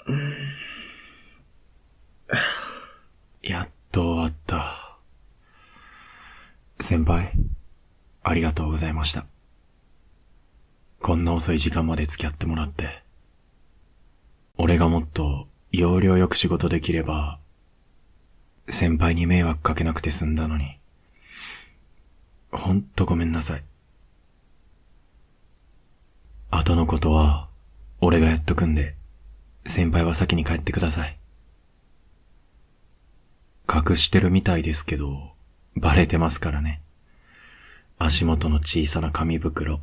やっと終わった。先輩、ありがとうございました。こんな遅い時間まで付き合ってもらって。俺がもっと要領よく仕事できれば、先輩に迷惑かけなくて済んだのに。ほんとごめんなさい。後のことは、俺がやっとくんで、先輩は先に帰ってください。隠してるみたいですけど、バレてますからね。足元の小さな紙袋。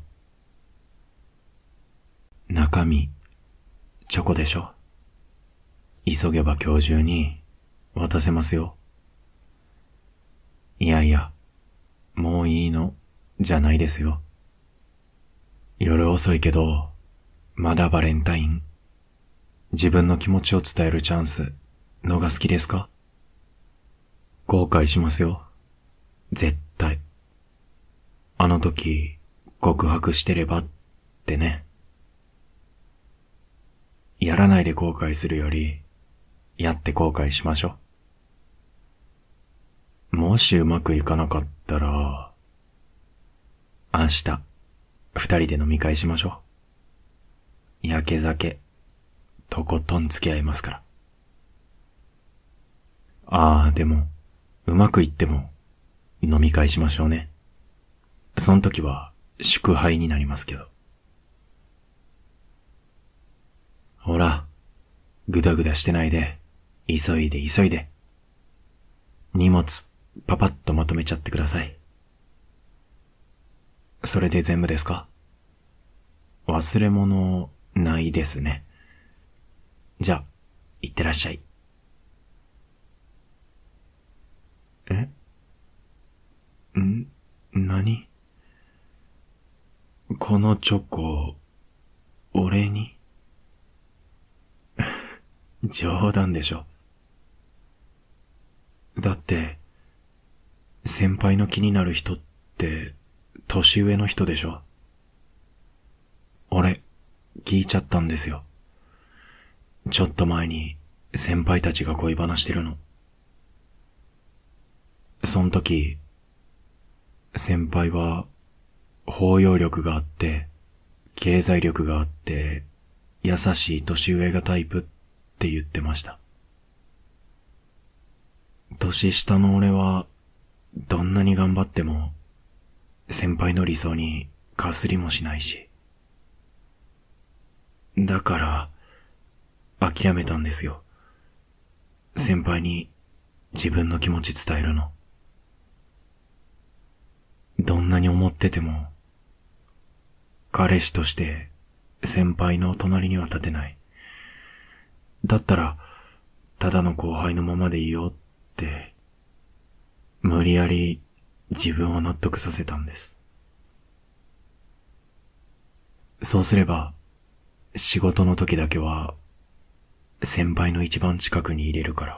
中身、チョコでしょ。急げば今日中に渡せますよ。いやいや、もういいの、じゃないですよ。夜遅いけど、まだバレンタイン。自分の気持ちを伝えるチャンス、のが好きですか？後悔しますよ。絶対。あの時、告白してればってね。やらないで後悔するより、やって後悔しましょう。もしうまくいかなかったら、明日、二人で飲み会しましょう。やけ酒、とことん付き合いますから。ああ、でも、うまくいっても、飲み会しましょうね。その時は、祝杯になりますけど。ほら、ぐだぐだしてないで、急いで急いで。荷物、パパッとまとめちゃってください。それで全部ですか？忘れ物、ないですね。じゃあ、いってらっしゃい。え？何？このチョコ、俺に？冗談でしょ。だって、先輩の気になる人って、年上の人でしょ。俺、聞いちゃったんですよ。ちょっと前に、先輩たちが恋話してるの。そん時、先輩は、包容力があって、経済力があって、優しい年上がタイプって言ってました。年下の俺は、どんなに頑張っても、先輩の理想にかすりもしないし。だから、諦めたんですよ。先輩に自分の気持ち伝えるの。どんなに思ってても、彼氏として先輩の隣には立てない。だったら、ただの後輩のままでいいよって、無理やり自分を納得させたんです。そうすれば、仕事の時だけは、先輩の一番近くに入れるから。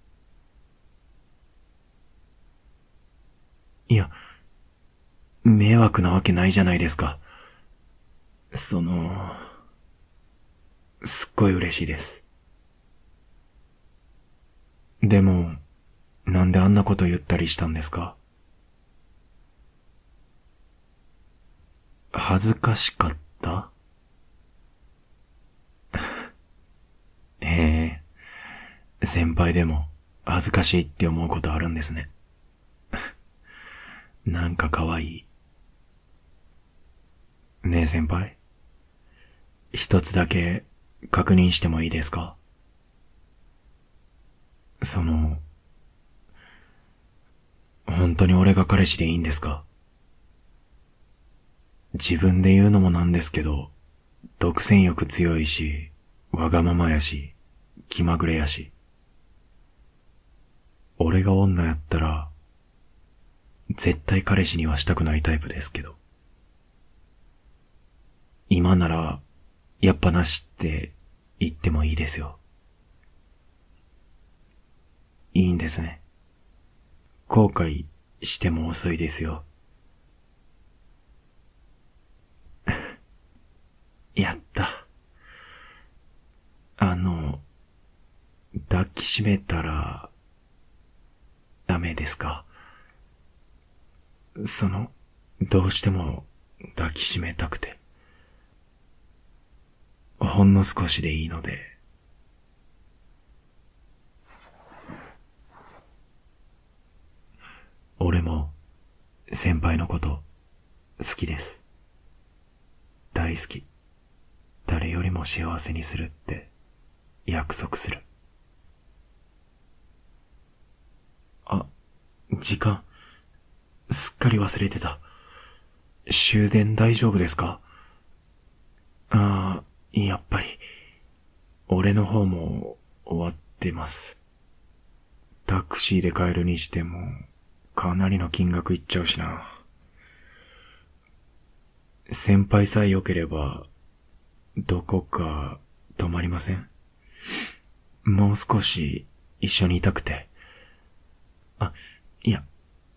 いや、迷惑なわけないじゃないですか。すっごい嬉しいです。でも、なんであんなこと言ったりしたんですか？恥ずかしかった？へえ、先輩でも恥ずかしいって思うことあるんですね。なんか可愛い。ねえ先輩、一つだけ確認してもいいですか？本当に俺が彼氏でいいんですか？自分で言うのもなんですけど、独占欲強いし、わがままやし、気まぐれやし。俺が女やったら、絶対彼氏にはしたくないタイプですけど。今なら、やっぱなしって言ってもいいですよ。いいんですね。後悔しても遅いですよ。やった。 きしめたら、ダメですか？どうしても抱きしめたくて。ほんの少しでいいので。俺も先輩のこと好きです。大好き。誰よりも幸せにするって約束する。あ、時間、すっかり忘れてた。終電大丈夫ですか？やっぱり、俺の方も終わってます。タクシーで帰るにしても、かなりの金額いっちゃうしな。先輩さえ良ければ、どこか泊まりません？もう少し一緒にいたくて。いや、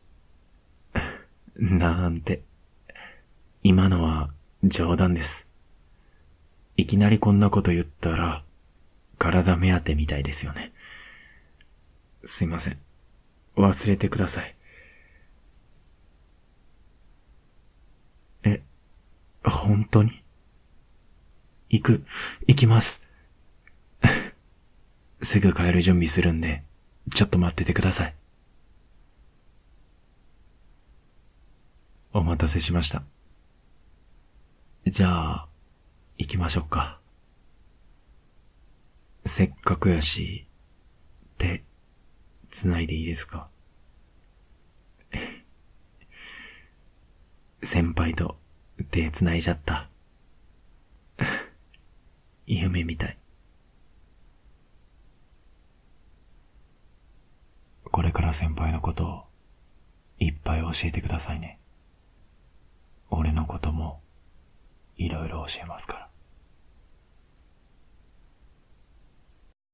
なんて。今のは冗談です。いきなりこんなこと言ったら、体目当てみたいですよね。すいません。忘れてください。本当に？行きます。すぐ帰る準備するんで、ちょっと待っててください。お待たせしました。じゃあ、行きましょうか。せっかくやし、手、繋いでいいですか？先輩と手繋いじゃった。夢みたい。これから先輩のことをいっぱい教えてくださいね。俺のこともいろいろ教えますから。